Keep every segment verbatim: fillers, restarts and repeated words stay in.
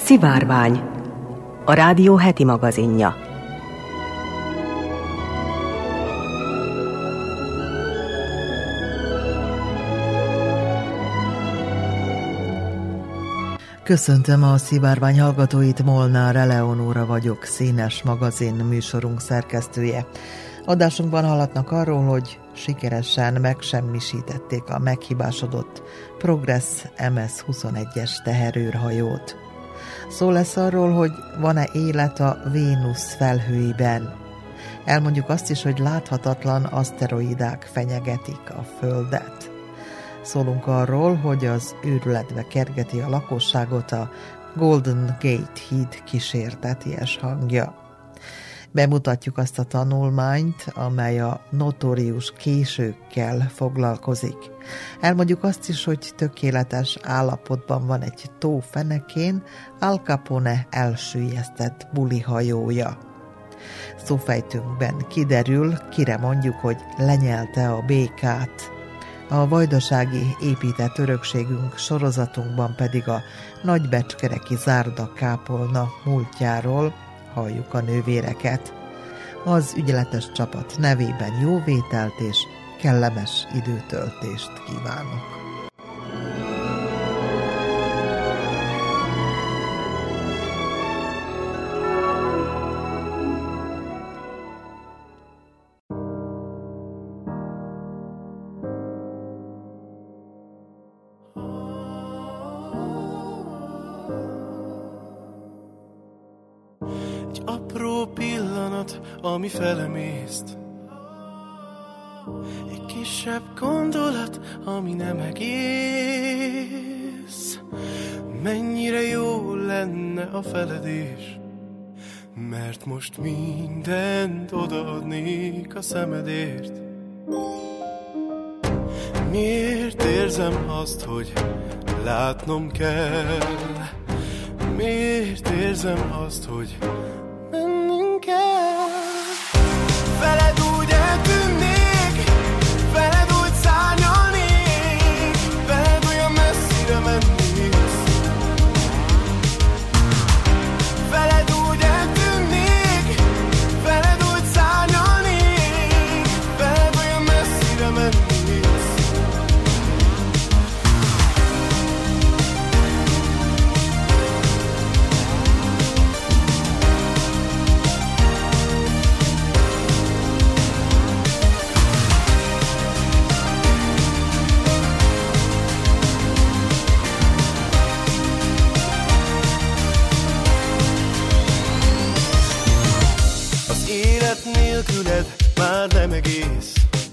Szivárvány, a rádió heti magazinja. Köszöntöm a Szivárvány hallgatóit, Molnár Eleonóra vagyok, színes magazin műsorunk szerkesztője. Adásunkban hallhatnak arról, hogy sikeresen megsemmisítették a meghibásodott Progress em es huszonegyes teherőrhajót. Szó lesz arról, hogy van-e élet a Vénusz felhőiben. Elmondjuk azt is, hogy láthatatlan aszteroidák fenyegetik a Földet. Szólunk arról, hogy az őrületbe kergeti a lakosságot a Golden Gate híd kísérteties hangja. Bemutatjuk azt a tanulmányt, amely a notórius későkkel foglalkozik. Elmondjuk azt is, hogy tökéletes állapotban van egy tó fenekén Al Capone elsüllyesztett bulihajója. Szófejtünkben kiderül, kire mondjuk, hogy lenyelte a békát. A vajdasági épített örökségünk sorozatunkban pedig a nagybecskereki zárda kápolna múltjáról halljuk a nővéreket. Az ügyeletes csapat nevében jó vételt és kellemes időtöltést kívánok. Ami felemészt, egy kisebb gondolat, ami nem egész. Mennyire jó lenne a feledés, mert most mindent odaadnék a szemedért. Miért érzem azt, hogy látnom kell? Miért érzem azt, hogy mennünk kell? Veled úgy eltűnnék, veled úgy szárnyalnék, veled olyan messzire mennék. Veled úgy eltűnnék, veled úgy szárnyalnék, veled olyan messzire mennék. Nélküled már nem egész.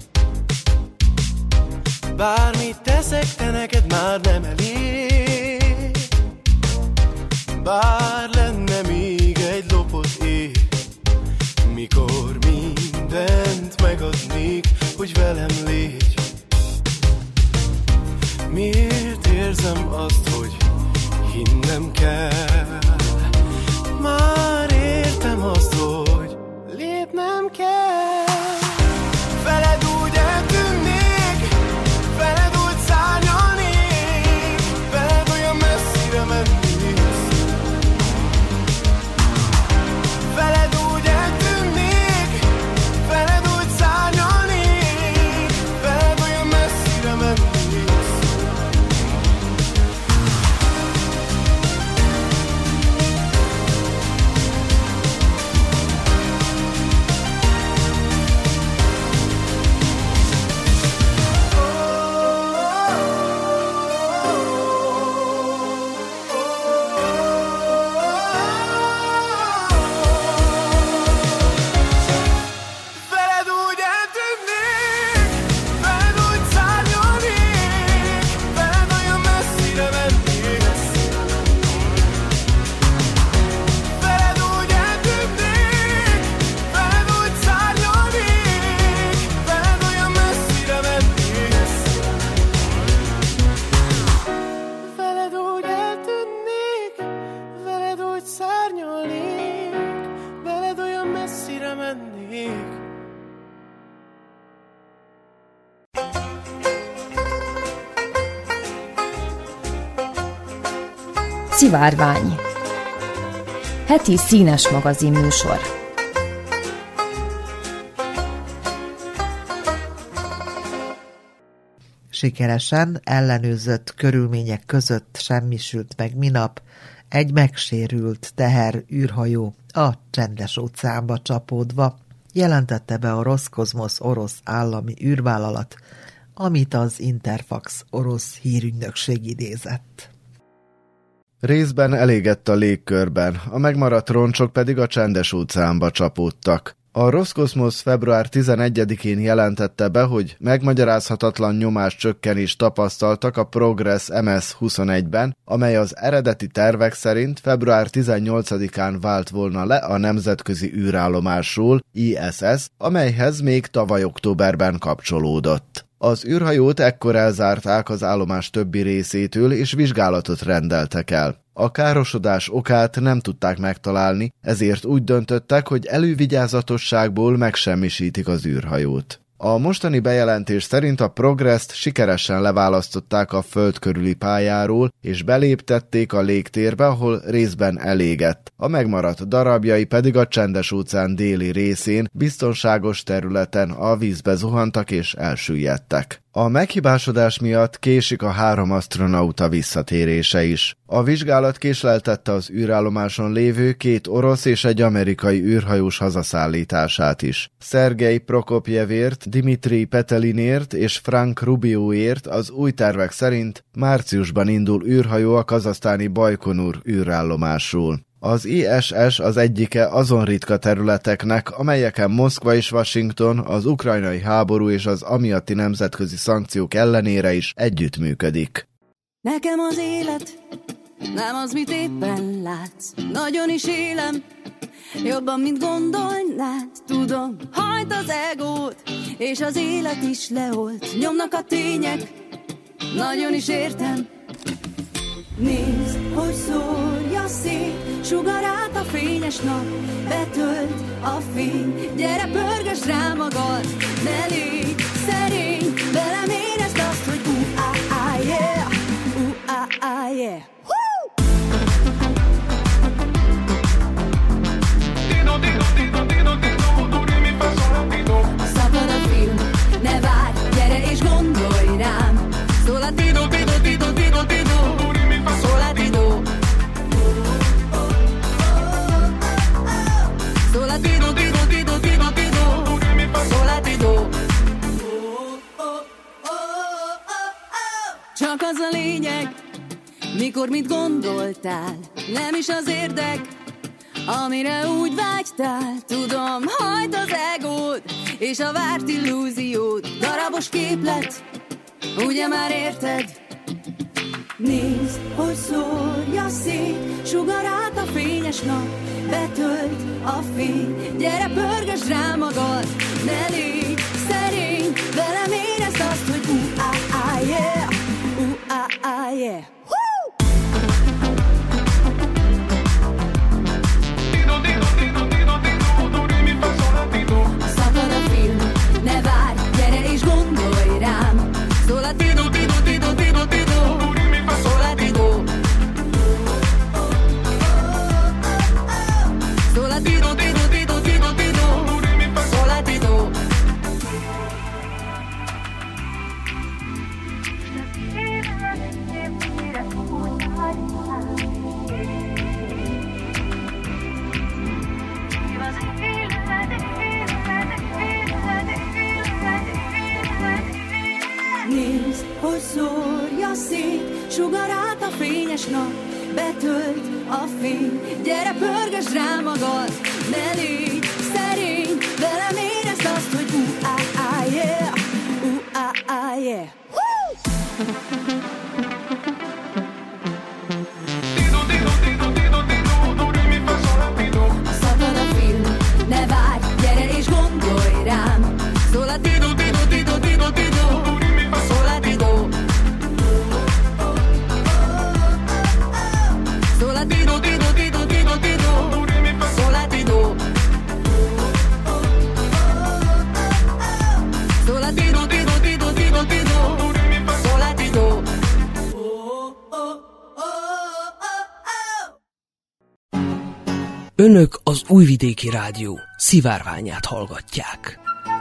Bármit teszek, te neked már nem elég. Bár lenne még egy lopott év, mikor mindent megadnék, hogy velem légy. Miért érzem azt, hogy hinnem kell? Már értem azt, hogy nem kell. Veled úgy eltűnnék, veled úgy szárnyalnék, veled olyan messzire mennék. Veled úgy eltűnnék, veled úgy szárnyalnék, veled olyan messzire mennék. Szivárvány, heti színes magazin műsor. Sikeresen, ellenőrzött körülmények között semmisült meg minap egy megsérült teher űrhajó a Csendes-óceánba csapódva, jelentette be a Roszkozmosz orosz állami űrvállalat, amit az Interfax orosz hírügynökség idézett. Részben elégett a légkörben, a megmaradt roncsok pedig a Csendes-óceánba csapódtak. A Roszkozmosz február tizenegyedikén jelentette be, hogy megmagyarázhatatlan nyomáscsökkenést tapasztaltak a Progress em es huszonegyben, amely az eredeti tervek szerint február tizennyolcadikán vált volna le a nemzetközi űrállomásról, i es es, amelyhez még tavaly októberben kapcsolódott. Az űrhajót ekkor elzárták az állomás többi részétől, és vizsgálatot rendeltek el. A károsodás okát nem tudták megtalálni, ezért úgy döntöttek, hogy elővigyázatosságból megsemmisítik az űrhajót. A mostani bejelentés szerint a Progress-t sikeresen leválasztották a föld körüli pályáról, és beléptették a légtérbe, ahol részben elégett. A megmaradt darabjai pedig a Csendes-óceán déli részén, biztonságos területen a vízbe zuhantak és elsüllyedtek. A meghibásodás miatt késik a három asztronauta visszatérése is. A vizsgálat késleltette az űrállomáson lévő két orosz és egy amerikai űrhajós hazaszállítását is. Szergej Prokopjevért, Dimitri Petelinért és Frank Rubioért az új tervek szerint márciusban indul űrhajó a kazahsztáni Bajkonur űrállomásról. Az i es es az egyike azon ritka területeknek, amelyeken Moszkva és Washington az ukrajnai háború és az amiatti nemzetközi szankciók ellenére is együttműködik. Nekem az élet nem az, mit éppen látsz. Nagyon is élem, jobban, mint gondolnád. Tudom, hajt az egót, és az élet is leolt. Nyomnak a tények, nagyon is értem. Nézd, hogy szórja szét sugarát a fényes nap, betölt a fény. Gyere, pörgess rá magad, ne légy szerény, velem érezd azt, hogy u-á-á, yeah, u-á-á, yeah. Szakad a film, ne várj, gyere és gondolj rám. Szól a tido, tido, tido, tido, tido. Szól a tido. Szól a tido, tido, tido, tido, tido. Szól a tido. Csak az a lényeg, mikor mit gondoltál, nem is az érdek, amire úgy vágytál. Tudom, hajt az egód, és a várt illúziód, darabos képlet, ugye már érted? Nézd, hogy szórja szét sugarát a fényes nap, betölt a fény. Gyere, pörgess rá magad, ne légy szerény, velem érezd azt, hogy u-á-á, yeah, u-á-á, yeah. Szakad a film, ne várj, gyere és gondolj rám. Szól a tido, tido, tido, tido, tido. Szól a tido. Szól a tido, tido, tido, tido, tido. Szól a tido. Nézd, hogy szórja szét sugarát a fényes nap, betölt a fény. Gyere, pörgess rá magad, ne légy szerény, velem érezd azt, hogy u-á-á, yeah, u-á-á, yeah. Szakad a film, ne várj, gyere és gondolj rám. Szól a tido, tido, tido, tido, tido. Szól a tido. Szól a tido, tido, tido, tido, tido. Szól a tido. Önök az Újvidéki Rádió szivárványát hallgatják.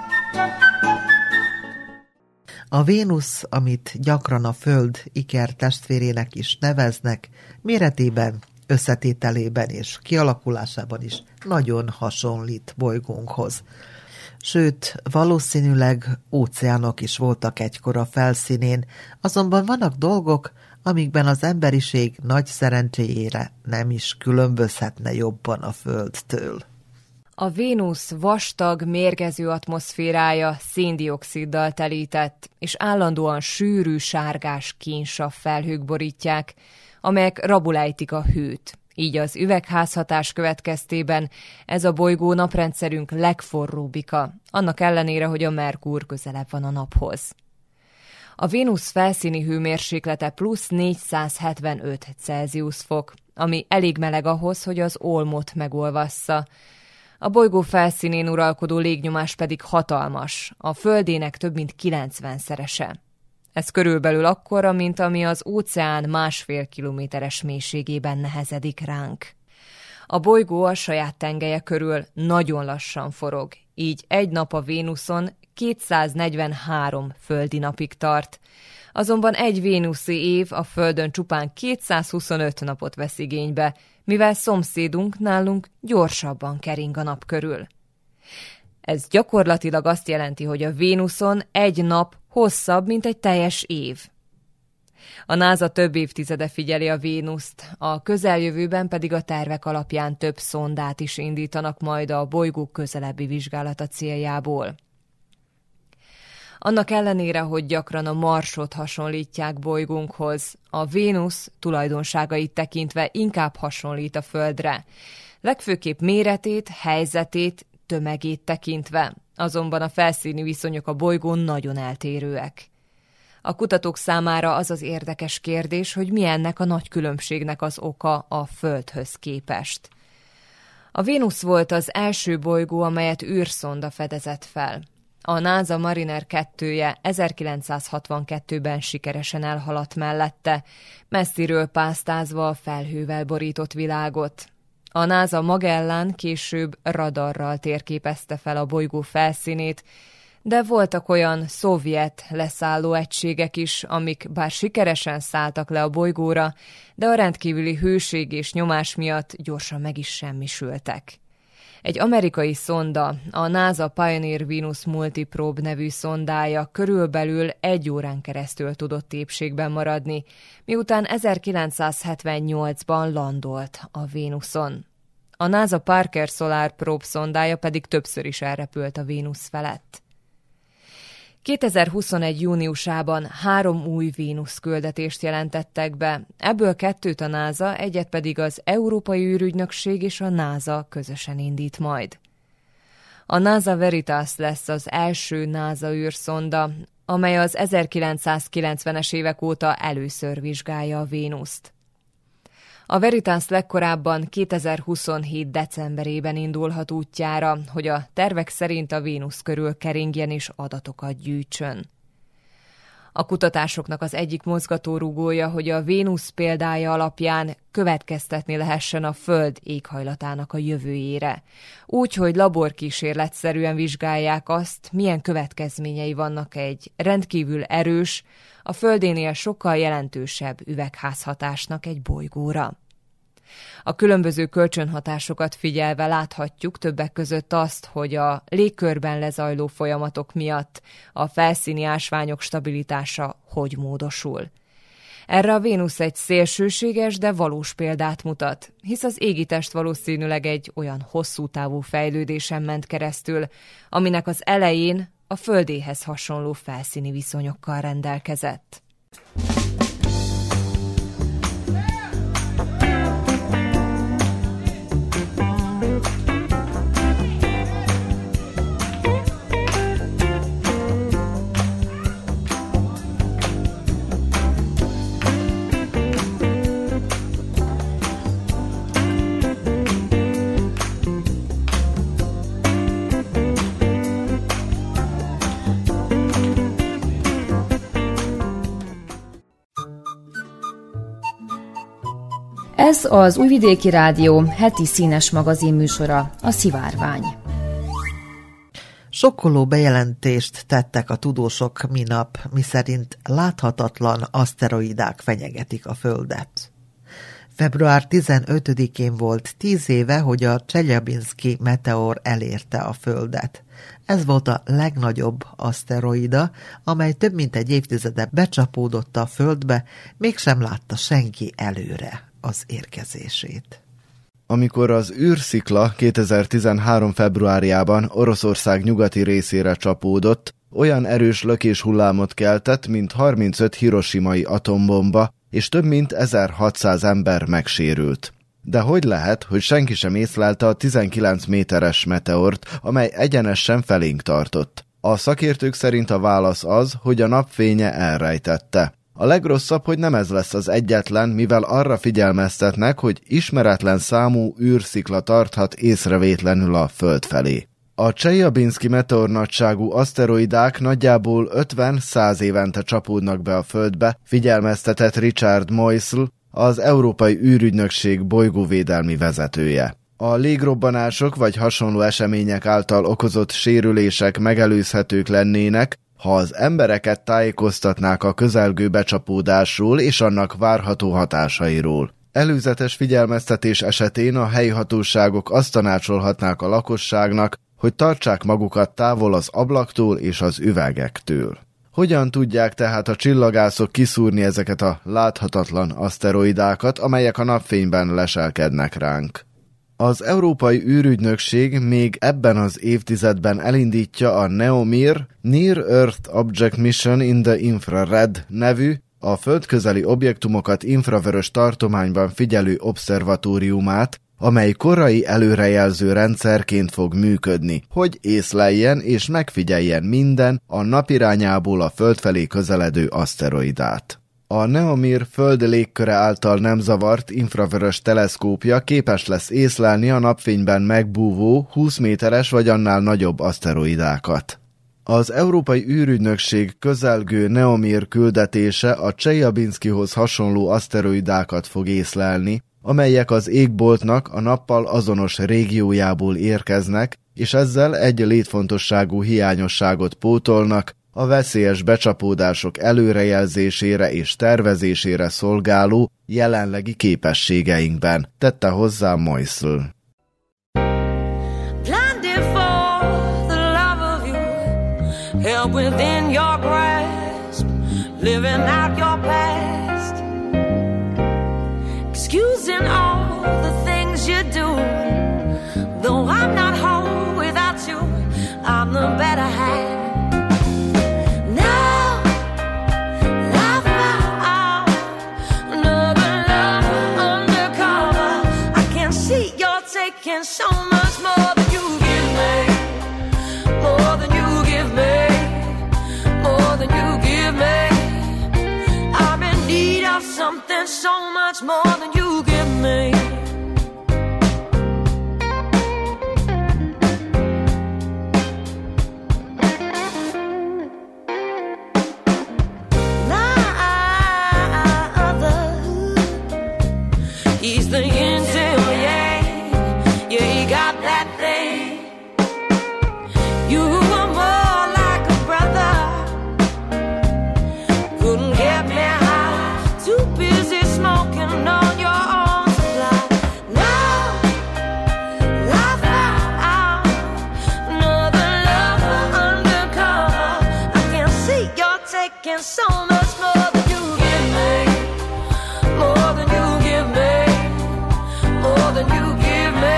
A Vénusz, amit gyakran a Föld ikertestvérének is neveznek, méretében, összetételében és kialakulásában is nagyon hasonlít bolygónkhoz. Sőt, valószínűleg óceánok is voltak egykor a felszínén, azonban vannak dolgok, amikben az emberiség nagy szerencséjére nem is különbözhetne jobban a Földtől. A Vénusz vastag, mérgező atmoszférája széndioxiddal telített, és állandóan sűrű, sárgás kínsav felhők borítják, amelyek rabulejtik a hőt. Így az üvegházhatás következtében ez a bolygó naprendszerünk legforróbbika, annak ellenére, hogy a Merkur közelebb van a naphoz. A Vénusz felszíni hőmérséklete plusz négyszázhetvenöt Celsius fok, ami elég meleg ahhoz, hogy az olmot megolvassza. A bolygó felszínén uralkodó légnyomás pedig hatalmas, a Földének több mint kilencvenszerese. Ez körülbelül akkora, mint ami az óceán másfél kilométeres mélységében nehezedik ránk. A bolygó a saját tengelye körül nagyon lassan forog, így egy nap a Vénuszon kétszáznegyvenhárom földi napig tart. Azonban egy vénuszi év a Földön csupán kétszázhuszonöt napot vesz igénybe, mivel szomszédunk nálunk gyorsabban kering a nap körül. Ez gyakorlatilag azt jelenti, hogy a Vénuszon egy nap hosszabb, mint egy teljes év. A NASA több évtizede figyeli a Vénuszt, a közeljövőben pedig a tervek alapján több szondát is indítanak majd a bolygó közelebbi vizsgálata céljából. Annak ellenére, hogy gyakran a Marsot hasonlítják bolygónkhoz, a Vénusz tulajdonságait tekintve inkább hasonlít a Földre. Legfőképp méretét, helyzetét, tömegét tekintve, azonban a felszíni viszonyok a bolygón nagyon eltérőek. A kutatók számára az az érdekes kérdés, hogy mi ennek a nagy különbségnek az oka a Földhöz képest. A Vénusz volt az első bolygó, amelyet űrszonda fedezett fel. A NASA Mariner kettője ezerkilencszázhatvankettőben sikeresen elhaladt mellette, messziről pásztázva a felhővel borított világot. A NASA Magellan később radarral térképezte fel a bolygó felszínét, de voltak olyan szovjet leszálló egységek is, amik bár sikeresen szálltak le a bolygóra, de a rendkívüli hőség és nyomás miatt gyorsan meg is semmisültek. Egy amerikai szonda, a NASA Pioneer Venus Multiprobe nevű szondája körülbelül egy órán keresztül tudott épségben maradni, miután ezerkilencszázhetvennyolcban landolt a Vénuszon. A NASA Parker Solar Probe szondája pedig többször is elrepült a Vénusz felett. kétezer-huszonegy júniusában három új Vénusz küldetést jelentettek be, ebből kettőt a NASA, egyet pedig az Európai űrügynökség és a NASA közösen indít majd. A NASA Veritas lesz az első NASA űrszonda, amely az ezerkilencszázkilencvenes évek óta először vizsgálja a Vénuszt. A Veritas legkorábban kétezer-huszonhét decemberében indulhat útjára, hogy a tervek szerint a Vénusz körül keringjen és adatokat gyűjtsön. A kutatásoknak az egyik mozgatórugója, hogy a Vénusz példája alapján következtetni lehessen a Föld éghajlatának a jövőjére, úgy, hogy laborkísérletszerűen vizsgálják azt, milyen következményei vannak egy rendkívül erős, a Földénél sokkal jelentősebb üvegházhatásnak egy bolygóra. A különböző kölcsönhatásokat figyelve láthatjuk többek között azt, hogy a légkörben lezajló folyamatok miatt a felszíni ásványok stabilitása hogy módosul. Erre a Vénusz egy szélsőséges, de valós példát mutat, hisz az égitest valószínűleg egy olyan hosszú távú fejlődésen ment keresztül, aminek az elején a Földéhez hasonló felszíni viszonyokkal rendelkezett. Ez az Újvidéki Rádió heti színes magazin műsora, a Szivárvány. Sokkoló bejelentést tettek a tudósok minap, miszerint láthatatlan aszteroidák fenyegetik a Földet. február tizenötödikén volt tíz éve, hogy a Cselyabinszki meteor elérte a Földet. Ez volt a legnagyobb aszteroida, amely több mint egy évtizede becsapódott a Földbe, mégsem látta senki előre az érkezését. Amikor az űrszikla kétezer-tizenhárom. februárjában Oroszország nyugati részére csapódott, olyan erős lökéshullámot keltett, mint harmincöt hiroshimai atombomba, és több mint ezerhatszáz ember megsérült. De hogy lehet, hogy senki sem észlelte a tizenkilenc méteres meteort, amely egyenesen felénk tartott? A szakértők szerint a válasz az, hogy a napfénye elrejtette. A legrosszabb, hogy nem ez lesz az egyetlen, mivel arra figyelmeztetnek, hogy ismeretlen számú űrszikla tarthat észrevétlenül a Föld felé. A Cselyabinszki meteor nagyságú aszteroidák nagyjából ötven-száz évente csapódnak be a Földbe, figyelmeztetett Richard Moisel, az Európai űrügynökség bolygóvédelmi vezetője. A légrobbanások vagy hasonló események által okozott sérülések megelőzhetők lennének, ha az embereket tájékoztatnák a közelgő becsapódásról és annak várható hatásairól. Előzetes figyelmeztetés esetén a helyi hatóságok azt tanácsolhatnák a lakosságnak, hogy tartsák magukat távol az ablaktól és az üvegektől. Hogyan tudják tehát a csillagászok kiszúrni ezeket a láthatatlan aszteroidákat, amelyek a napfényben leselkednek ránk? Az Európai űrügynökség még ebben az évtizedben elindítja a NEOMIR, Near Earth Object Mission in the Infrared nevű, a földközeli objektumokat infravörös tartományban figyelő obszervatóriumát, amely korai előrejelző rendszerként fog működni, hogy észleljen és megfigyeljen minden a napirányából a Föld felé közeledő aszteroidát. A NEOMIR Föld légköre által nem zavart infravörös teleszkópja képes lesz észlelni a napfényben megbúvó húsz méteres vagy annál nagyobb aszteroidákat. Az Európai űrügynökség közelgő NEOMIR küldetése a Cselyabinszkihoz hasonló aszteroidákat fog észlelni, amelyek az égboltnak a nappal azonos régiójából érkeznek, és ezzel egy létfontosságú hiányosságot pótolnak, a veszélyes becsapódások előrejelzésére és tervezésére szolgáló jelenlegi képességeinkben, tette hozzá Moisel. Excusing all the things you do, though I'm not whole without you, I'm the better half. So much more than you give me, more than you give me, more than you give me. I'm in need of something so much more than you give me. He's the intel, yeah. Yeah, you got that thing. You were more like a brother. Couldn't get me high. Too busy smoking on your own supply. Now I found another lover undercover. I can see you're taking so much more than you give me. More than you give me. More than you give me.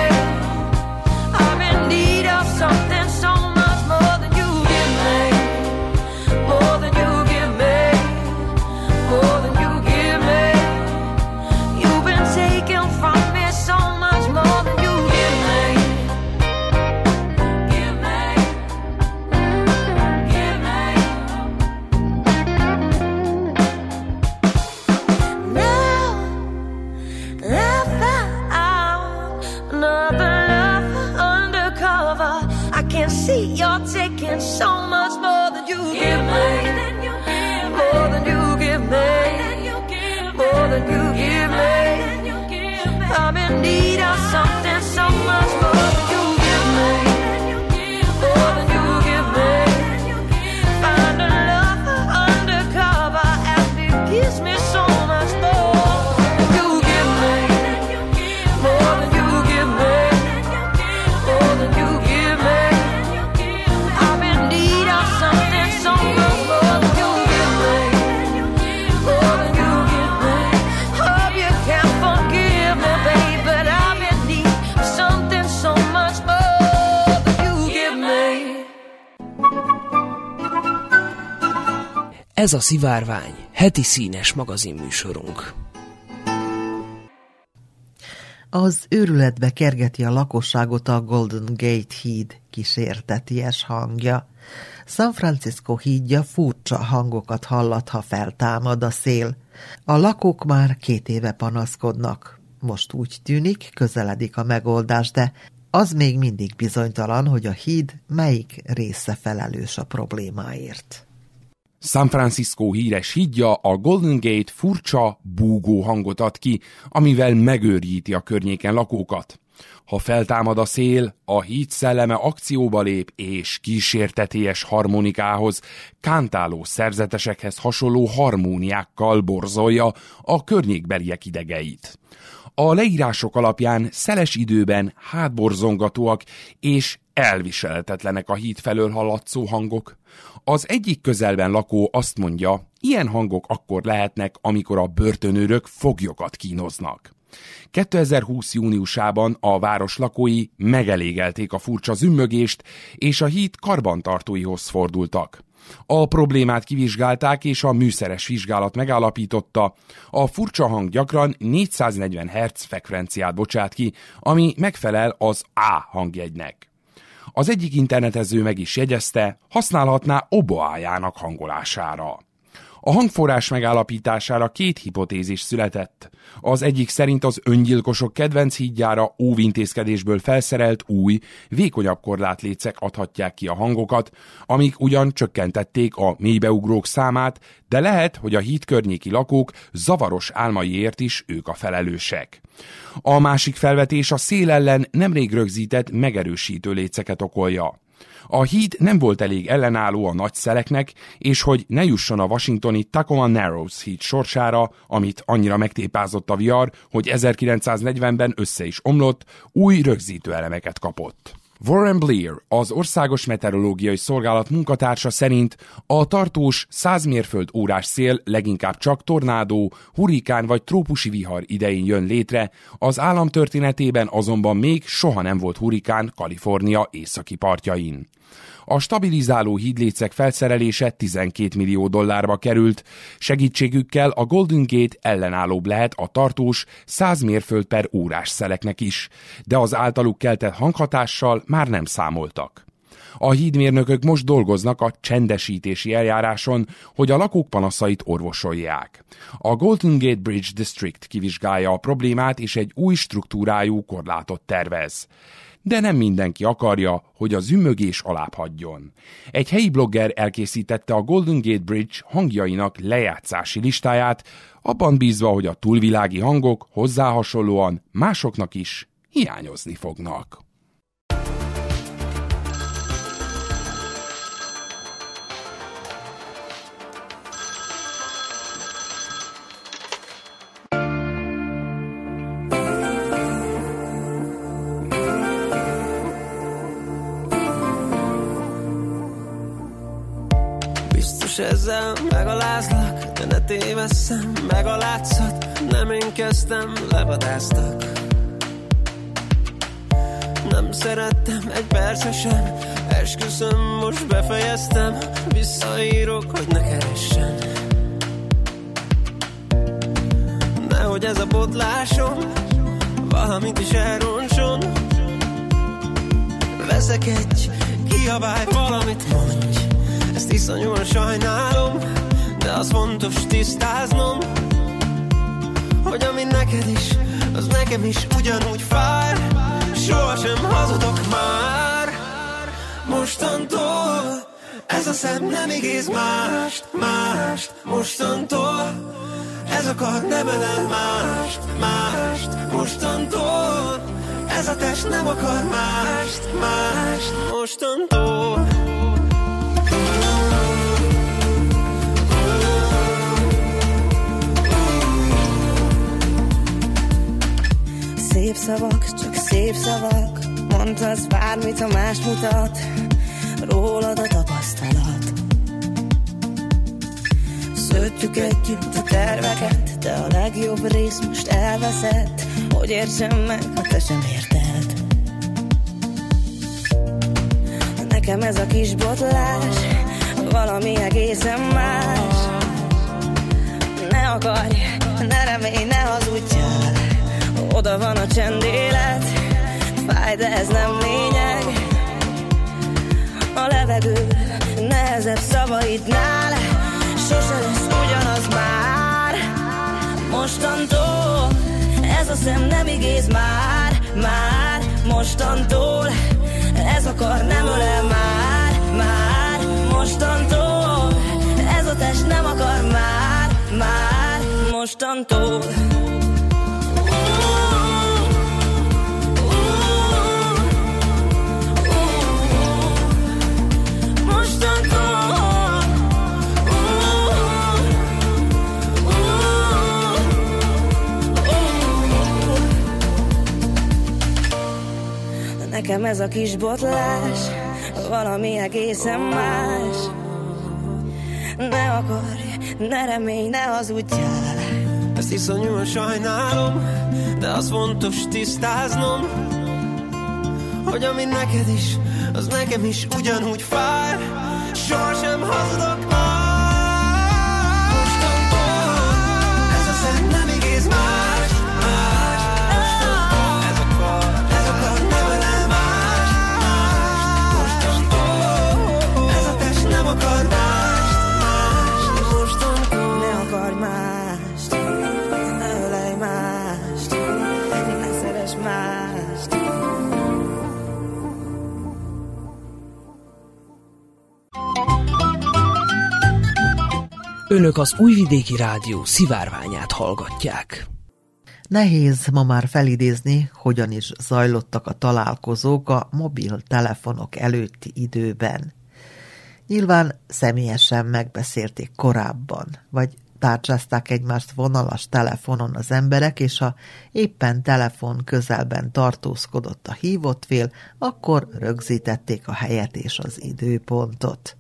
Something so much more than you give me, more than you give me, more than you give me. You've been taking from me so much more than you give me. Give me, give me. Now I found another I can see you're taking so much more than you give me, more than you give me, more than you give me. in need of something so much more than you give me, more than you give me. Find a lover undercover and it gives me so much more than you give me, more than you give me, more than you give me. I'm in need of something so much more than you give me, more than you give me. Hope you can forgive me, babe, but I'm in need of something so much more than you give me. Ez a Szivárvány, heti színes magazinműsorunk. Az őrületbe kergeti a lakosságot a Golden Gate híd kísérteties hangja. San Francisco hídja furcsa hangokat hallat, ha feltámad a szél. A lakók már két éve panaszkodnak. Most úgy tűnik, közeledik a megoldás, de az még mindig bizonytalan, hogy a híd melyik része felelős a problémáért. San Francisco híres hídja, a Golden Gate furcsa, búgó hangot ad ki, amivel megőrjíti a környéken lakókat. Ha feltámad a szél, a híd szelleme akcióba lép, és kísérteties harmonikához, kántáló szerzetesekhez hasonló harmóniákkal borzolja a környékbeliek idegeit. A leírások alapján szeles időben hátborzongatóak és elviselhetetlenek a híd felől hallatszó hangok. Az egyik közelben lakó azt mondja, ilyen hangok akkor lehetnek, amikor a börtönőrök foglyokat kínoznak. kétezer-húsz júniusában a város lakói megelégelték a furcsa zümmögést, és a híd karbantartóihoz fordultak. A problémát kivizsgálták, és a műszeres vizsgálat megállapította, a furcsa hang gyakran négyszáznegyven hertz frekvenciát bocsát ki, ami megfelel az A hangjegynek. Az egyik internetező meg is jegyezte, használhatná oboájának hangolására. A hangforrás megállapítására két hipotézis született. Az egyik szerint az öngyilkosok kedvenc hídjára óvintézkedésből felszerelt új, vékonyabb korlátlécek adhatják ki a hangokat, amik ugyan csökkentették a mélybeugrók számát, de lehet, hogy a híd környéki lakók zavaros álmaiért is ők a felelősek. A másik felvetés a szél ellen nemrég rögzített megerősítő léceket okolja. A híd nem volt elég ellenálló a nagy szeleknek, és hogy ne jusson a washingtoni Tacoma Narrows híd sorsára, amit annyira megtépázott a vihar, hogy ezerkilencszáznegyvenben össze is omlott, új rögzítő elemeket kapott. Warren Blair, az Országos Meteorológiai Szolgálat munkatársa szerint a tartós száz mérföld órás szél leginkább csak tornádó, hurrikán vagy trópusi vihar idején jön létre, az állam történetében azonban még soha nem volt hurrikán Kalifornia északi partjain. A stabilizáló hídlécek felszerelése tizenkét millió dollárba került, segítségükkel a Golden Gate ellenállóbb lehet a tartós száz mérföld per órás szeleknek is, de az általuk keltett hanghatással már nem számoltak. A hídmérnökök most dolgoznak a csendesítési eljáráson, hogy a lakók panaszait orvosolják. A Golden Gate Bridge District kivizsgálja a problémát és egy új struktúrájú korlátot tervez. De nem mindenki akarja, hogy a zümmögés alább hagyjon. Egy helyi blogger elkészítette a Golden Gate Bridge hangjainak lejátszási listáját, abban bízva, hogy a túlvilági hangok hozzá hasonlóan másoknak is hiányozni fognak. Ezzel megalázlak, de ne tévesszem, meg a látszat, nem én kezdtem, levadáztak. Nem szerettem egy percre sem, esküszöm, most befejeztem, visszaírok, hogy ne keressen. Nehogy ez a botlásom valamit is elroncson. Veszek egy, kiabálj, valamit mondj. Ezt iszonyúan sajnálom, de az fontos tisztáznom, hogy ami neked is, az nekem is ugyanúgy fáj. Sohasem hazudok már. Mostantól ez a szem nem ígéz mást, mást. Mostantól ez akar, nem ölel mást, mást. Mostantól ez a test nem akar mást, mást. Mostantól szép szavak, csak szép szavak. Mondhatsz bármit, ha más mutat rólad a tapasztalat. Szőttjük együtt a terveket, de a legjobb rész most elveszett. Hogy értsem meg, ha te sem érted. Nekem ez a kis botlás valami egészen más. Ne akarj, ne remélj, ne hazudjál. Oda van a csendélet, fáj, de ez nem lényeg. A levegő nehezebb szavaidnál, sose lesz ugyanaz már. Mostantól ez a szem nem igéz már, már. Mostantól ez akar, nem ölel már, már. Mostantól ez a test nem akar már, már. Mostantól nekem ez a kis botlás valami egészen más. Ne akarj, ne remélj, ne hazudjál. Ezt iszonyúan sajnálom, de az fontos tisztáznom, hogy ami neked is, az nekem is ugyanúgy fáj. Sohasem hazudok már. Mostantól ez a szem nem igéz más, más. Mostantól ez akar, ez akar, nem ölel más, más. Mostantól ez a test nem akar más, más. Mostantól ne akarj mást, ne ölelj mást, ne szeress mást. Önök az Újvidéki Rádió szivárványát hallgatják. Nehéz ma már felidézni, hogyan is zajlottak a találkozók a mobiltelefonok előtti időben. Nyilván személyesen megbeszélték korábban, vagy tárcsázták egymást vonalas telefonon az emberek, és ha éppen telefon közelben tartózkodott a hívott fél, akkor rögzítették a helyet és az időpontot.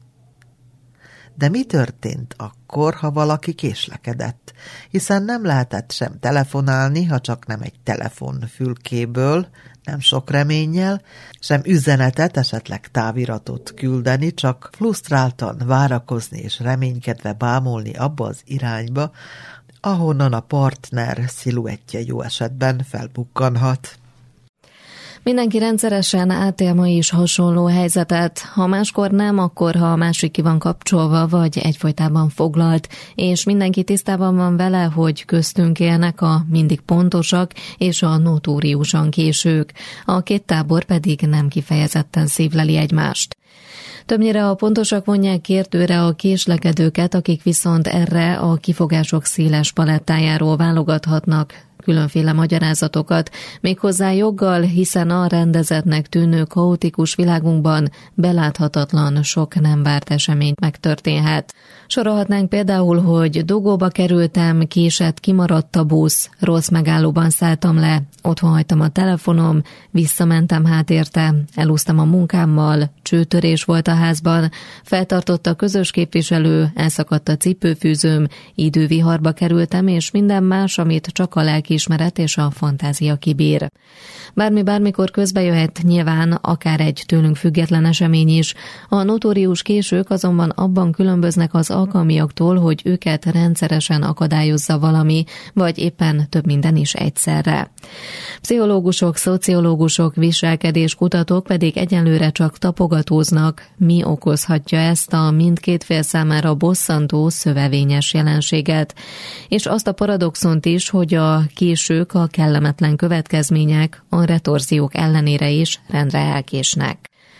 De mi történt akkor, ha valaki késlekedett? Hiszen nem lehetett sem telefonálni, ha csak nem egy telefonfülkéből, nem sok reménnyel, sem üzenetet, esetleg táviratot küldeni, csak frusztráltan várakozni és reménykedve bámulni abba az irányba, ahonnan a partner sziluettje jó esetben felbukkanhat. Mindenki rendszeresen átél ma is hasonló helyzetet. Ha máskor nem, akkor ha a másik ki van kapcsolva, vagy egyfolytában foglalt, és mindenki tisztában van vele, hogy köztünk élnek a mindig pontosak és a notóriusan késők. A két tábor pedig nem kifejezetten szívleli egymást. Többnyire a pontosak vonják kérdőre a késlekedőket, akik viszont erre a kifogások széles palettájáról válogathatnak különféle magyarázatokat, méghozzá joggal, hiszen a rendezetnek tűnő kaotikus világunkban beláthatatlan sok nem várt eseményt megtörténhet. Sorolhatnánk például, hogy dugóba kerültem, késett, kimaradt a busz, rossz megállóban szálltam le, otthon hagytam a telefonom, visszamentem hát érte, elúsztam a munkámmal, csőtörés volt a házban, feltartott a közös képviselő, elszakadt a cipőfűzőm, időviharba kerültem, és minden más, amit csak a lelkiismeret és a fantázia kibír. Bármi bármikor közbejöhet, nyilván akár egy tőlünk független esemény is. A notórius késők azonban abban különböznek az alkalmiaktól, hogy őket rendszeresen akadályozza valami, vagy éppen több minden is egyszerre. Pszichológusok, szociológusok, viselkedéskutatók pedig egyenlőre csak tapogatóznak, mi okozhatja ezt a mindkét fél számára bosszantó, szövevényes jelenséget, és azt a paradoxont is, hogy a késők, a kellemetlen következmények, a retorziók ellenére is rendre elkésnek.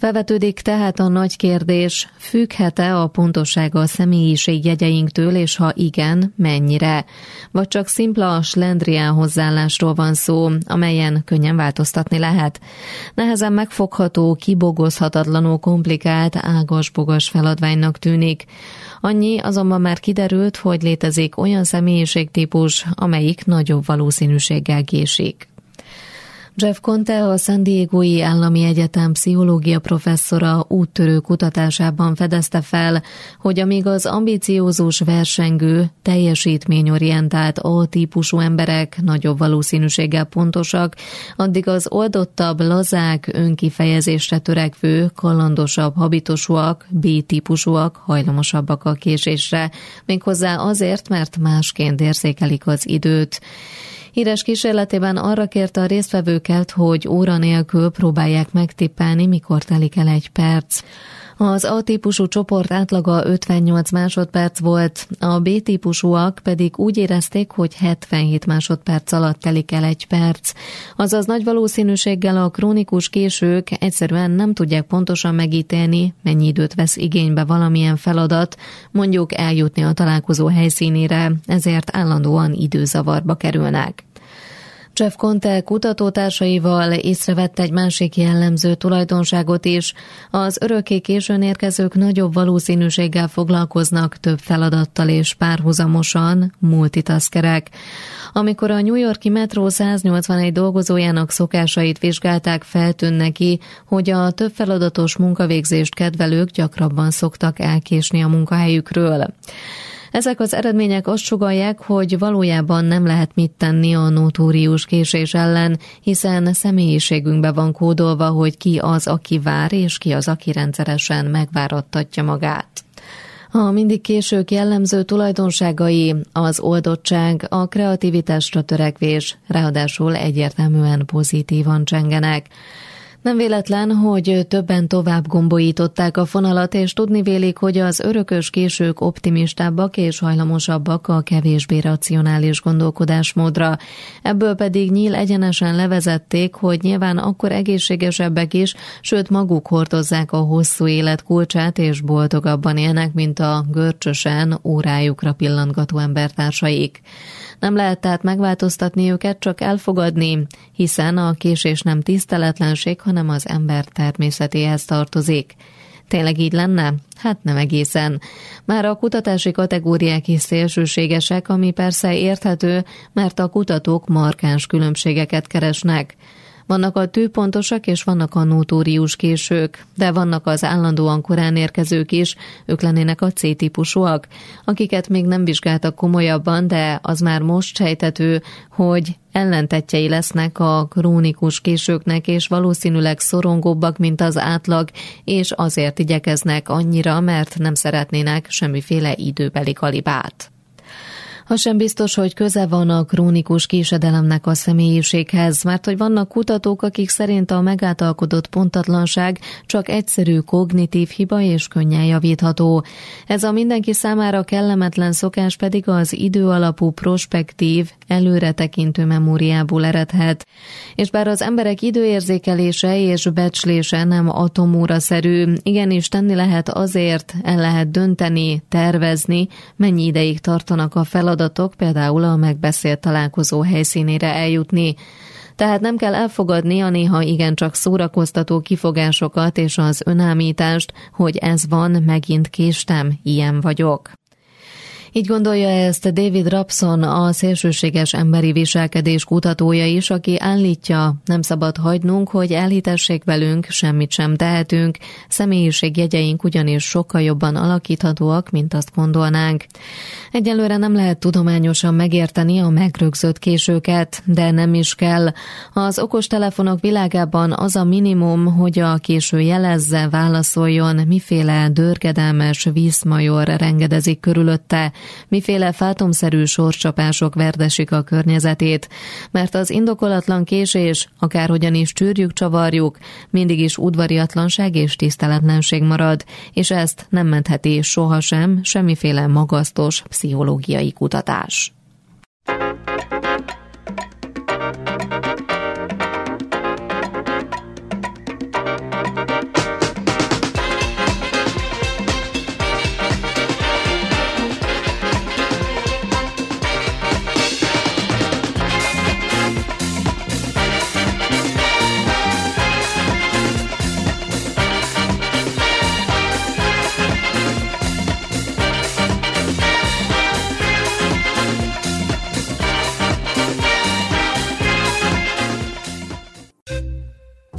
Felvetődik tehát a nagy kérdés, függhet-e a pontossága a személyiségjegyeinktől, és ha igen, mennyire? Vagy csak szimpla slendrián hozzáállásról van szó, amelyen könnyen változtatni lehet? Nehezen megfogható, kibogozhatatlanul komplikált, ágas-bogas feladványnak tűnik. Annyi azonban már kiderült, hogy létezik olyan személyiségtípus, amelyik nagyobb valószínűséggel késik. Jeff Conte, a San Diegói Állami Egyetem pszichológia professzora úttörő kutatásában fedezte fel, hogy amíg az ambiciózus, versengő, teljesítményorientált A-típusú emberek nagyobb valószínűséggel pontosak, addig az oldottabb, lazák, önkifejezésre törekvő, kalandosabb habitusúak, B-típusúak hajlamosabbak a késésre, méghozzá azért, mert másként érzékelik az időt. Híres kísérletében arra kérte a résztvevőket, hogy óra nélkül próbálják megtippelni, mikor telik el egy perc. Az A-típusú csoport átlaga ötvennyolc másodperc volt, a B-típusúak pedig úgy érezték, hogy hetvenhét másodperc alatt telik el egy perc. Azaz nagy valószínűséggel a krónikus késők egyszerűen nem tudják pontosan megítélni, mennyi időt vesz igénybe valamilyen feladat, mondjuk eljutni a találkozó helyszínére, ezért állandóan időzavarba kerülnek. Jeff Conte kutatótársaival észrevett egy másik jellemző tulajdonságot is. Az örökké későn érkezők nagyobb valószínűséggel foglalkoznak több feladattal és párhuzamosan, multitaskerek. Amikor a New York-i metró száznyolcvanegy dolgozójának szokásait vizsgálták, feltűnt neki, hogy a több feladatos munkavégzést kedvelők gyakrabban szoktak elkésni a munkahelyükről. Ezek az eredmények azt sugallják, hogy valójában nem lehet mit tenni a notórius késés ellen, hiszen személyiségünkbe van kódolva, hogy ki az, aki vár, és ki az, aki rendszeresen megvárattatja magát. A mindig késők jellemző tulajdonságai az oldottság, a kreativitásra törekvés, ráadásul egyértelműen pozitívan csengenek. Nem véletlen, hogy többen tovább gombolították a fonalat, és tudni vélik, hogy az örökös késők optimistábbak és hajlamosabbak a kevésbé racionális gondolkodásmódra. Ebből pedig nyíl egyenesen levezették, hogy nyilván akkor egészségesebbek is, sőt maguk hordozzák a hosszú élet kulcsát, és boldogabban élnek, mint a görcsösen órájukra pillantgató embertársaik. Nem lehet tehát megváltoztatni őket, csak elfogadni, hiszen a késés nem tiszteletlenség, hanem az ember természetéhez tartozik. Tényleg így lenne? Hát nem egészen. Már a kutatási kategóriák is szélsőségesek, ami persze érthető, mert a kutatók markáns különbségeket keresnek. Vannak a tűpontosak és vannak a notórius késők, de vannak az állandóan korán érkezők is, ők lennének a C-típusúak, akiket még nem vizsgáltak komolyabban, de az már most sejthető, hogy ellentetjei lesznek a krónikus későknek, és valószínűleg szorongóbbak, mint az átlag, és azért igyekeznek annyira, mert nem szeretnének semmiféle időbeli kalibát. Az sem biztos, hogy köze van a krónikus késedelemnek a személyiséghez, mert hogy vannak kutatók, akik szerint a megáltalkodott pontatlanság csak egyszerű kognitív hiba és könnyen javítható. Ez a mindenki számára kellemetlen szokás pedig az időalapú prospektív, előretekintő memóriából eredhet. És bár az emberek időérzékelése és becslése nem atomóra-szerű, igenis tenni lehet azért, el lehet dönteni, tervezni, mennyi ideig tartanak a feladatok, például a megbeszélt találkozó helyszínére eljutni. Tehát nem kell elfogadni a néha igencsak szórakoztató kifogásokat és az önállítást, hogy ez van, megint késtem, ilyen vagyok. Így gondolja ezt David Rapson, a szélsőséges emberi viselkedés kutatója is, aki állítja, nem szabad hagynunk, hogy elhitessék velünk, semmit sem tehetünk, személyiségjegyeink ugyanis sokkal jobban alakíthatóak, mint azt gondolnánk. Egyelőre nem lehet tudományosan megérteni a megrögzött későket, de nem is kell. Az okostelefonok világában az a minimum, hogy a késő jelezze, válaszoljon, miféle dörgedelmes vízmajor rengedezik körülötte, miféle fátomszerű sorscsapások verdesik a környezetét, mert az indokolatlan késés, akárhogyan is csűrjük, csavarjuk, mindig is udvariatlanság és tiszteletlenség marad, és ezt nem mentheti sohasem semmiféle magasztos pszichológiai kutatás.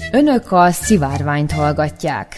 Önök a Szivárványt hallgatják.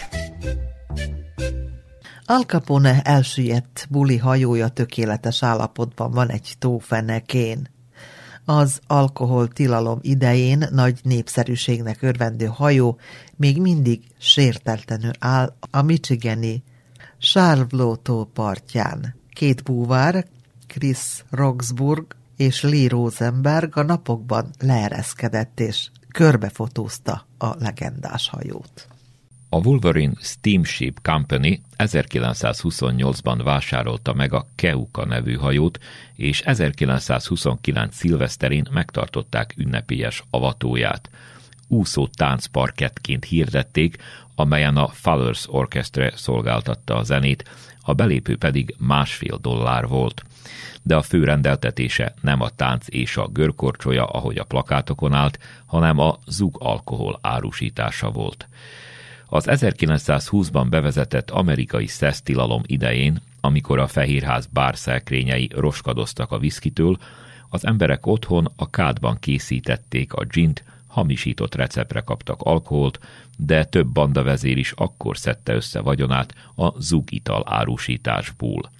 Al Capone elsüllyedt buli hajója tökéletes állapotban van egy tófenekén. Az alkoholtilalom idején nagy népszerűségnek örvendő hajó még mindig sértetlenül áll a michigani Charlevoix-tó partján. Két búvár, Chris Roxburgh és Lee Rosenberg a napokban leereszkedett és körbefotózta a legendás hajót. A Wolverine Steamship Company ezerkilencszázhuszonnyolcban vásárolta meg a Keuka nevű hajót, és ezerkilencszázhuszonkilenc szilveszterén megtartották ünnepélyes avatóját. Úszó táncparkettként hirdették, amelyen a Fowlers Orchestra szolgáltatta a zenét, a belépő pedig másfél dollár volt. De a fő rendeltetése nem a tánc és a görkorcsolya, ahogy a plakátokon állt, hanem a zug alkohol árusítása volt. Az ezerkilencszázhúszban bevezetett amerikai szesztilalom idején, amikor a Fehérház bárszelkrényei roskadoztak a viszkitől, az emberek otthon a kádban készítették a gint, hamisított receptre kaptak alkoholt, de több bandavezér is akkor szedte össze vagyonát a zugital árusításból.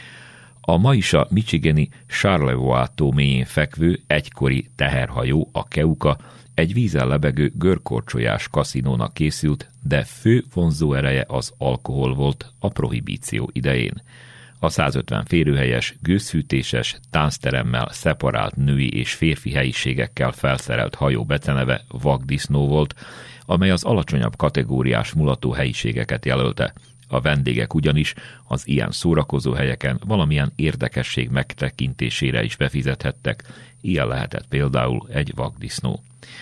A ma is a michigani Charlevoix-tó mélyén fekvő egykori teherhajó, a Keuka, egy vízen lebegő görkorcsolyás kaszinónak készült, de fő vonzó ereje az alkohol volt a prohibíció idején. A százötven férőhelyes, gőzfűtéses, táncteremmel szeparált női és férfi helyiségekkel felszerelt hajó beceneve Vakdisznó volt, amely az alacsonyabb kategóriás mulató helyiségeket jelölte. A vendégek ugyanis az ilyen szórakozó helyeken valamilyen érdekesség megtekintésére is befizethettek, ilyen lehetett például egy vakdisznó.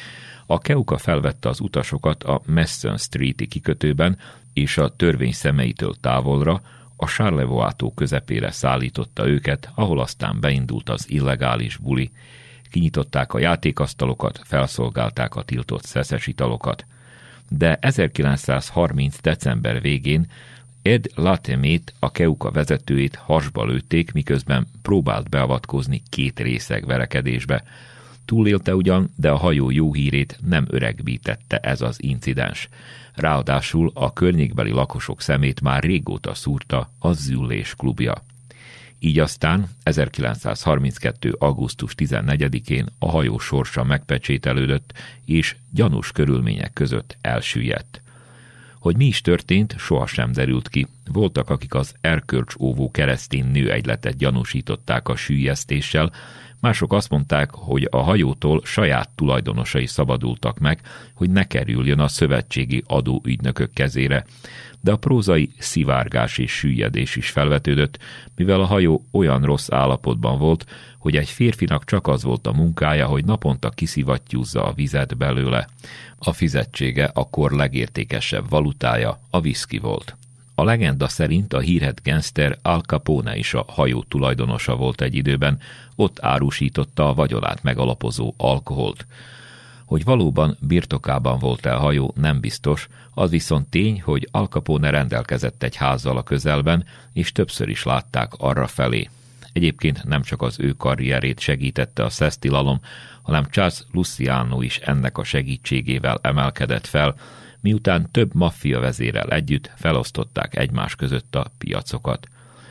A Keuka felvette az utasokat a Masson Street-i kikötőben, és a törvény szemeitől távolra, a Charlevoix-tó közepére szállította őket, ahol aztán beindult az illegális buli. Kinyitották a játékasztalokat, felszolgálták a tiltott szeszes italokat. De ezerkilencszázharminc. december végén Ed Latemét, a Keuka vezetőjét hasba lőtték, miközben próbált beavatkozni két részeg verekedésbe. Túlélte ugyan, de a hajó jó hírét nem öregbítette ez az incidens. Ráadásul a környékbeli lakosok szemét már régóta szúrta a Züllés klubja. Így aztán ezerkilencszázharminckettő. augusztus tizennegyedikén a hajó sorsa megpecsételődött, és gyanús körülmények között elsüllyedt. Hogy mi is történt, sohasem derült ki. Voltak, akik az erkölcsóvó keresztény nőegyletet gyanúsították a süllyesztéssel, mások azt mondták, hogy a hajótól saját tulajdonosai szabadultak meg, hogy ne kerüljön a szövetségi adóügynökök kezére, de a prózai szivárgás és süllyedés is felvetődött, mivel a hajó olyan rossz állapotban volt, hogy egy férfinak csak az volt a munkája, hogy naponta kiszivattyúzza a vizet belőle. A fizetsége a kor legértékesebb valutája, a viszki volt. A legenda szerint a hírhedt gangster Al Capone is a hajó tulajdonosa volt egy időben, ott árusította a vagyonát megalapozó alkoholt. Hogy valóban birtokában volt-e a hajó, nem biztos, az viszont tény, hogy Al Capone rendelkezett egy házzal a közelben, és többször is látták arra felé. Egyébként nem csak az ő karrierét segítette a szesztilalom, hanem Charles Luciano is ennek a segítségével emelkedett fel, miután több maffia vezérrel együtt felosztották egymás között a piacokat.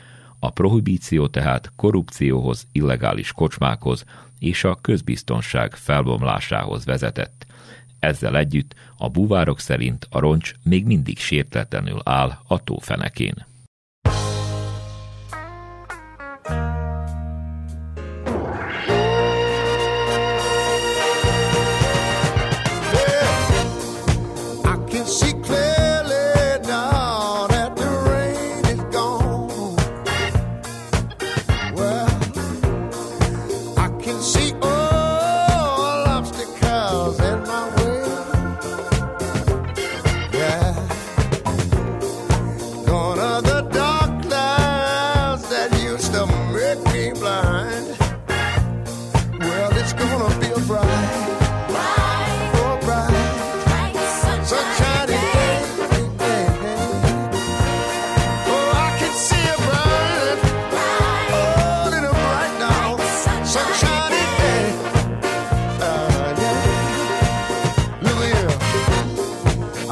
A prohibíció tehát korrupcióhoz, illegális kocsmákhoz és a közbiztonság felbomlásához vezetett. Ezzel együtt a búvárok szerint a roncs még mindig sértetlenül áll a tófenekén.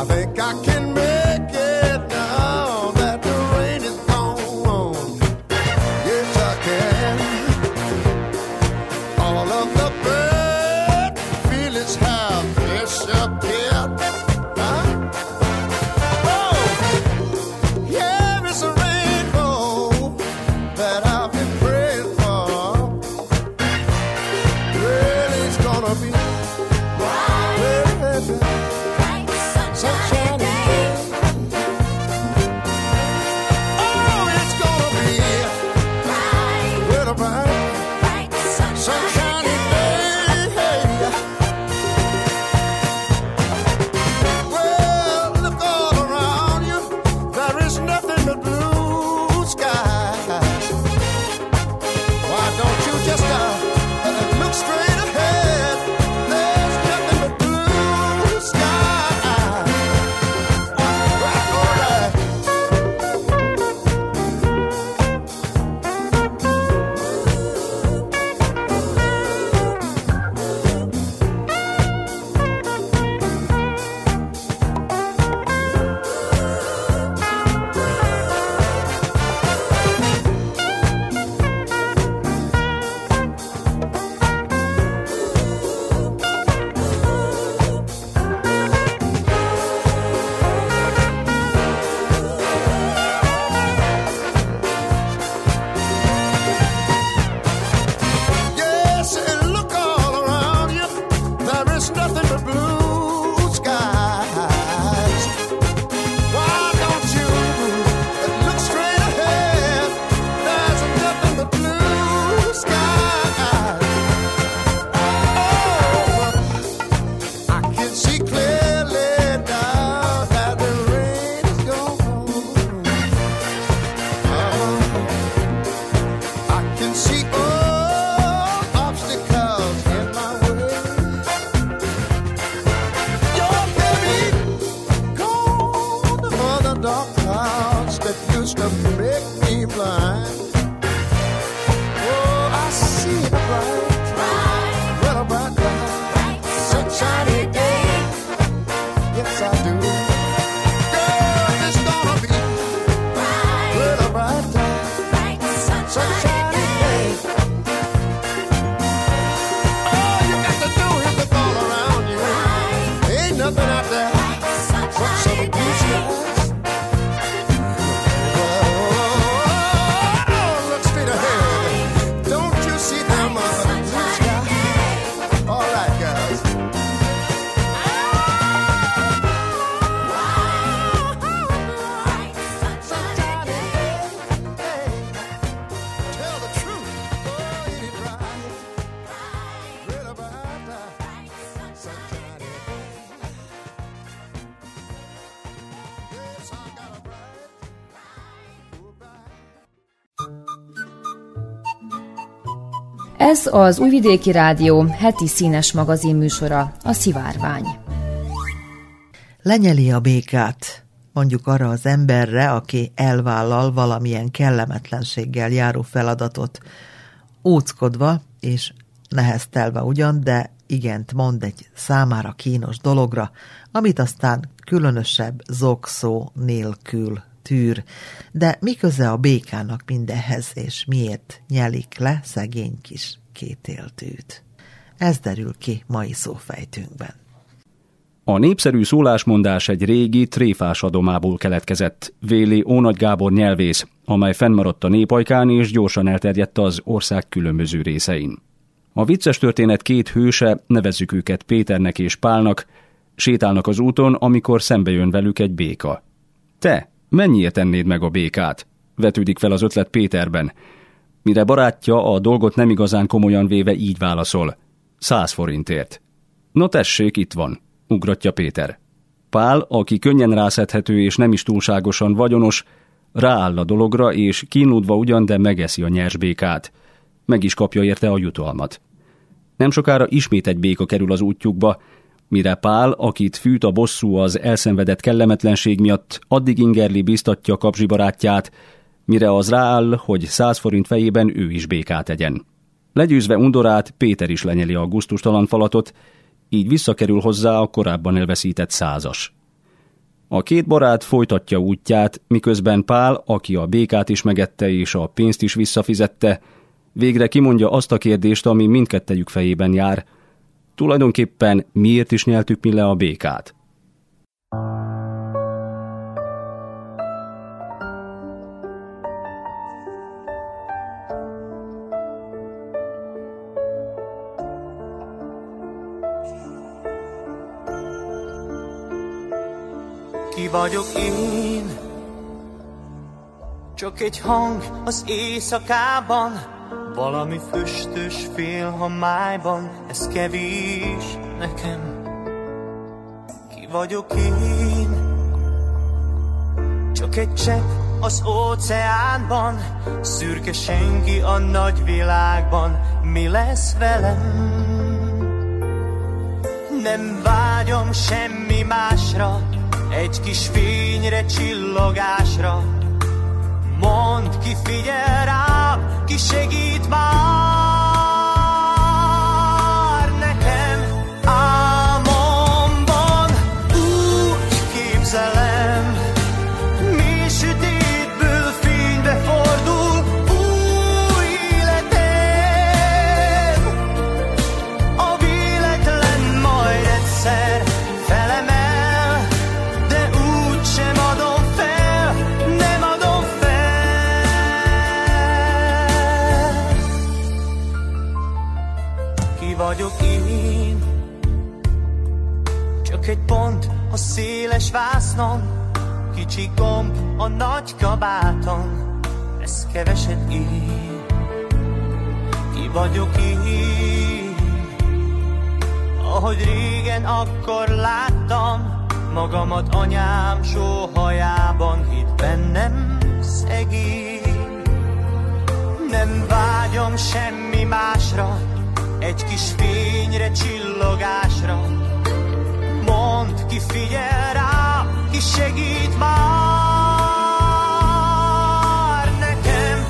I think I can make it now that the rain is gone. Yes, I can. All of the bad feelings have disappeared. Huh? Oh, yeah, it's a rainbow that I've been praying for. Really, it's gonna be bright, sunshine day. Oh, it's gonna be bright, little bright, sunshiny day. Well, look all around you. There is nothing but blue skies. Why don't you just uh, look straight ahead? There's nothing but blue skies. Right, all right. Yes, and look all around you. There is nothing but blue skies. Why don't you look straight ahead? There's nothing but blue skies. Oh, I can see clearly now that the rain is gone. Oh, I can see all obstacles in my way. Your baby gone for the dark clouds that used to make me blind. Oh, I see the bright, little bright, bright, sunshiny day. Yes, I do. Girl, it's gonna be little bright, bright, sunshiny day. All you got to do is look all around you. Ain't nothing out there but some blue skies. Oh, look straight ahead. Don't you see them uh, blue skies? All right, guys. Sunshiny day. Tell the truth. Oh, ain't it right? Read about that sunshiny day. Yes, I got a bright, Ez az Újvidéki Rádió heti színes magazin műsora, a Szivárvány. Lenyeli a békát, mondjuk arra az emberre, aki elvállal valamilyen kellemetlenséggel járó feladatot, óckodva és neheztelve ugyan, de igent mond egy számára kínos dologra, amit aztán különösebb zokszó nélkül tűr. De mi köze a békának mindenhez, és miért nyelik le szegény kis kétéltűt? Ez derül ki mai szófejtünkben. A népszerű szólásmondás egy régi, tréfás adomából keletkezett, véli Ónagy Gábor nyelvész, amely fennmaradt a népajkán és gyorsan elterjedt az ország különböző részein. A vicces történet két hőse, nevezzük őket Péternek és Pálnak, sétálnak az úton, amikor szembe jön velük egy béka. Te, mennyiért ennéd meg a békát? Vetődik fel az ötlet Péterben. Mire barátja a dolgot nem igazán komolyan véve így válaszol. Száz forintért. No tessék, itt van, ugratja Péter. Pál, aki könnyen rászedhető és nem is túlságosan vagyonos, rááll a dologra, és kínlódva ugyan, de megeszi a nyers békát. Meg is kapja érte a jutalmat. Nem sokára ismét egy béka kerül az útjukba, mire Pál, akit fűt a bosszú az elszenvedett kellemetlenség miatt, addig ingerli, biztatja kapzsi barátját, mire az rááll, hogy száz forint fejében ő is békát egyen. Legyőzve undorát, Péter is lenyeli a gusztustalan falatot, így visszakerül hozzá a korábban elveszített százas. A két barát folytatja útját, miközben Pál, aki a békát is megette és a pénzt is visszafizette, végre kimondja azt a kérdést, ami mindkettejük fejében jár. Tulajdonképpen miért is nyeltük mi le a békát? Ki vagyok én? Csak egy hang az éjszakában, valami füstös fél a májban, ez kevés nekem. Ki vagyok én? Csak egy csepp az óceánban, szürke senki a nagy világban, mi lesz velem? Nem vágyom semmi másra, egy kis fényre, csillogásra. Mondd ki, figyel rám, ki segít már nekem. Álmomban úgy képzelem, mi sötétből fénybe fordul új életem. A véletlen majd egyszer felemel, de úgy sem adom fel, nem adom fel. Ki vagyok én? Csak egy pont a széles vásznon, kicsi gomb a nagy kabáton, ez keveset ér. Ki vagyok én? Ahogy régen akkor láttam magamat anyám sóhajában, hitt bennem szegény. Nem vágyom semmi másra, egy kis fényre, csillogásra. Mondd ki, figyel rám, ki segít már nekem.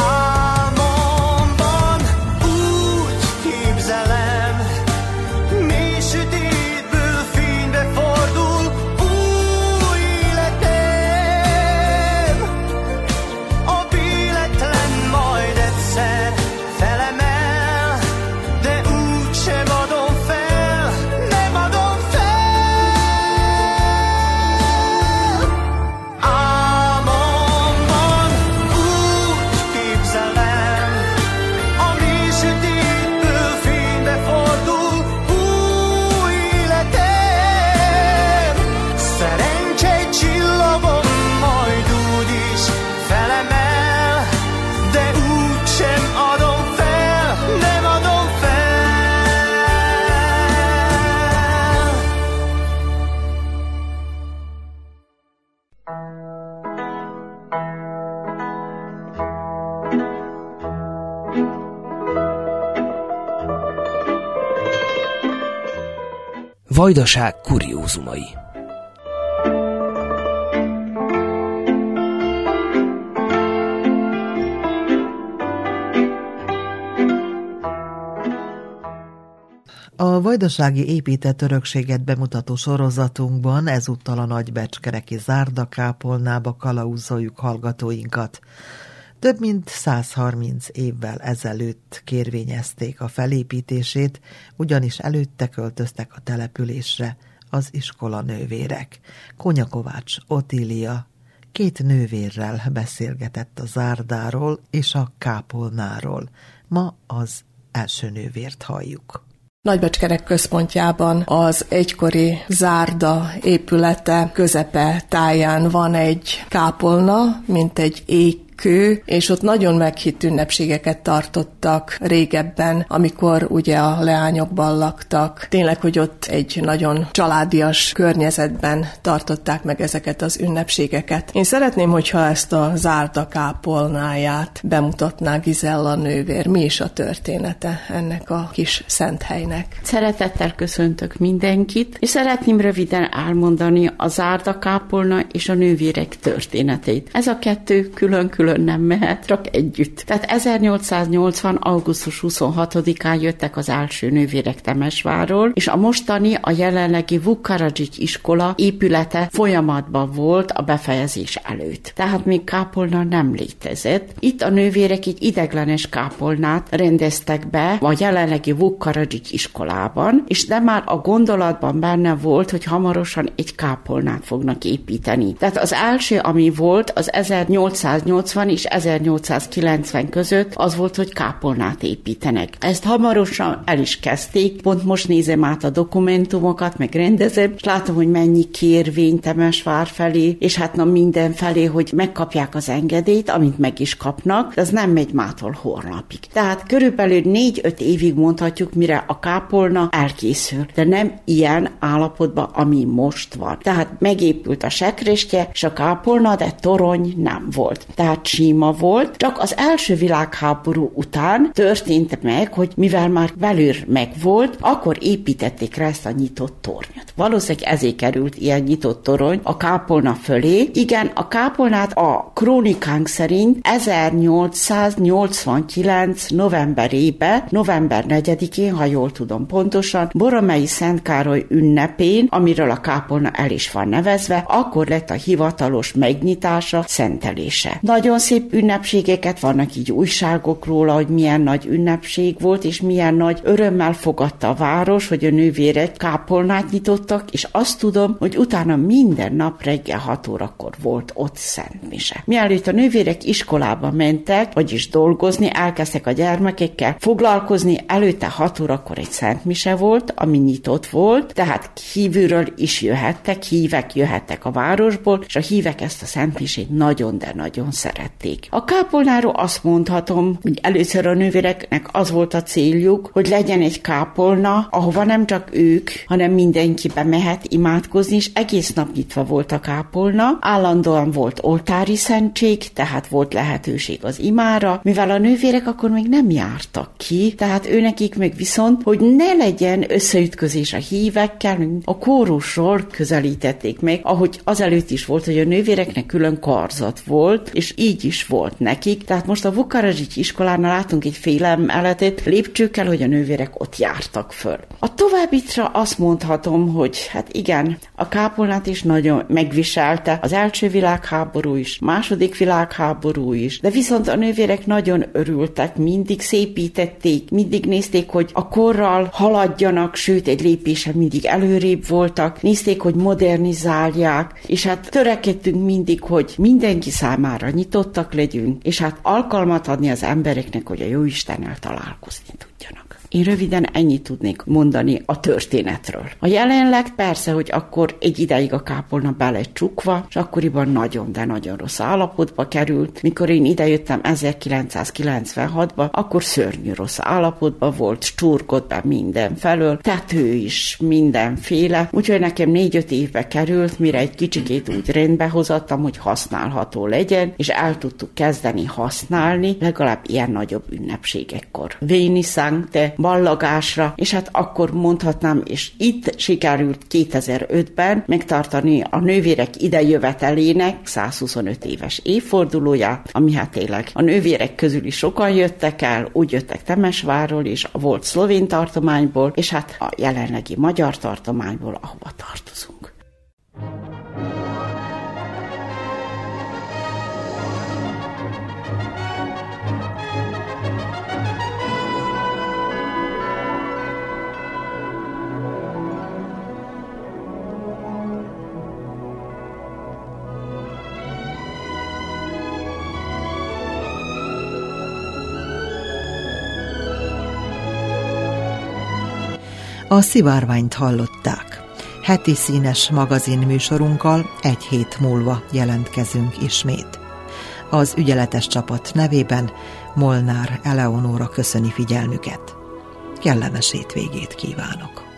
Álmomban úgy képzelem, mi sötétből fénybe fordul új életem. A véletlen majd egyszer felemel, de úgy sem adom fel, nem adom fel. Álmomban úgy képzelem, ami sötétből fénybe fordul új életem. Szerencse csillagom majd úgy is felemel, de úgy sem adom fel, nem adom fel. Vajdaság kuriózumai. A vajdasági épített örökséget bemutató sorozatunkban ezúttal a nagybecskereki zárdakápolnába kalauzoljuk hallgatóinkat. Több mint száz harminc évvel ezelőtt kérvényezték a felépítését, ugyanis előtte költöztek a településre az iskola nővérek. Konyakovács Otília két nővérrel beszélgetett a zárdáról és a kápolnáról. Ma az első nővért halljuk. Nagybecskerek központjában az egykori zárda épülete közepe táján van egy kápolna, mint egy ék kő, és ott nagyon meghitt ünnepségeket tartottak régebben, amikor ugye a leányokban laktak. Tényleg, hogy ott egy nagyon családias környezetben tartották meg ezeket az ünnepségeket. Én szeretném, hogyha ezt a zárda kápolnáját bemutatná Gizella nővér. Mi is a története ennek a kis szent helynek? Szeretettel köszöntök mindenkit, és szeretném röviden elmondani a zárda kápolna és a nővérek történetét. Ez a kettő külön-külön külön nem mehet, csak együtt. Tehát ezernyolcszáznyolcvan. augusztus huszonhatodikán jöttek az első nővérek Temesvárról, és a mostani, a jelenlegi Vukaradzsics iskola épülete folyamatban volt a befejezés előtt. Tehát még kápolna nem létezett. Itt a nővérek egy ideglenes kápolnát rendeztek be a jelenlegi Vukaradzsics iskolában, és de már a gondolatban benne volt, hogy hamarosan egy kápolnát fognak építeni. Tehát az első, ami volt, az ezernyolcszáznyolcvan és ezernyolcszázkilencven között az volt, hogy kápolnát építenek. Ezt hamarosan el is kezdték, pont most nézem át a dokumentumokat, meg rendezem, és látom, hogy mennyi kérvény Temesvár felé, és hát na minden felé, hogy megkapják az engedélyt, amit meg is kapnak, de az nem megy mától holnapig. Tehát körülbelül négy-öt évig mondhatjuk, mire a kápolna elkészül, de nem ilyen állapotban, ami most van. Tehát megépült a sekrestje, és a kápolna, de torony nem volt. Tehát síma volt, csak az első világháború után történt meg, hogy mivel már belül megvolt, akkor építették rá ezt a nyitott tornyot. Valószínűleg ezért került ilyen nyitott torony a kápolna fölé. Igen, a kápolnát a krónikánk szerint ezernyolcszáznyolcvankilenc novemberébe, november negyedikén, ha jól tudom pontosan, Boromei Szent Károly ünnepén, amiről a kápolna el is van nevezve, akkor lett a hivatalos megnyitása, szentelése. Nagyon szép ünnepségeket vannak így újságok róla, hogy milyen nagy ünnepség volt, és milyen nagy örömmel fogadta a város, hogy a nővérek kápolnát nyitottak, és azt tudom, hogy utána minden nap reggel hat órakor volt ott szentmise. Mielőtt a nővérek iskolába mentek, vagyis dolgozni, elkezdtek a gyermekekkel foglalkozni, előtte hat órakor egy szentmise volt, ami nyitott volt, tehát kívülről is jöhettek, hívek jöhettek a városból, és a hívek ezt a szentmisét nagyon, de nagyon szerették. A kápolnáról azt mondhatom, hogy először a nővéreknek az volt a céljuk, hogy legyen egy kápolna, ahova nem csak ők, hanem mindenki bemehet imádkozni, és egész nap nyitva volt a kápolna. Állandóan volt oltári szentség, tehát volt lehetőség az imára, mivel a nővérek akkor még nem jártak ki, tehát őnekik meg viszont, hogy ne legyen összeütközés a hívekkel, a kórusról közelítették meg, ahogy azelőtt is volt, hogy a nővéreknek külön karzat volt, és így is volt nekik. Tehát most a Vukaradzsics iskolánál látunk egy fél emeletet lépcsőkkel, hogy a nővérek ott jártak föl. A továbbitra azt mondhatom, hogy hát igen, a kápolnát is nagyon megviselte, az első világháború is, második világháború is, de viszont a nővérek nagyon örültek, mindig szépítették, mindig nézték, hogy a korral haladjanak, sőt egy lépésen mindig előrébb voltak, nézték, hogy modernizálják, és hát törekedtünk mindig, hogy mindenki számára nyitottak legyünk, és hát alkalmat adni az embereknek, hogy a Jóistennel találkozni tudjanak. Én röviden ennyit tudnék mondani a történetről. A jelenleg persze, hogy akkor egy ideig a kápolna be lett csukva, és akkoriban nagyon, de nagyon rossz állapotba került. Mikor én idejöttem ezerkilencszázkilencvenhatba, akkor szörnyű rossz állapotban volt, csurgott be mindenfelől, tető is mindenféle, úgyhogy nekem négy-öt évbe került, mire egy kicsikét úgy rendbe hozattam, hogy használható legyen, és el tudtuk kezdeni használni, legalább ilyen nagyobb ünnepségekkor. Véni Sancte, ballagásra, és hát akkor mondhatnám, és itt sikerült kétezer-ötben megtartani a nővérek idejövetelének százhuszonöt éves évfordulóját, ami hát tényleg a nővérek közül is sokan jöttek el, úgy jöttek Temesvárról is, a volt szlovén tartományból, és hát a jelenlegi magyar tartományból, ahova tartozunk. A Szivárványt hallották. Heti színes magazin műsorunkkal egy hét múlva jelentkezünk ismét. Az ügyeletes csapat nevében Molnár Eleonóra köszöni figyelmüket. Kellemes hétvégét kívánok!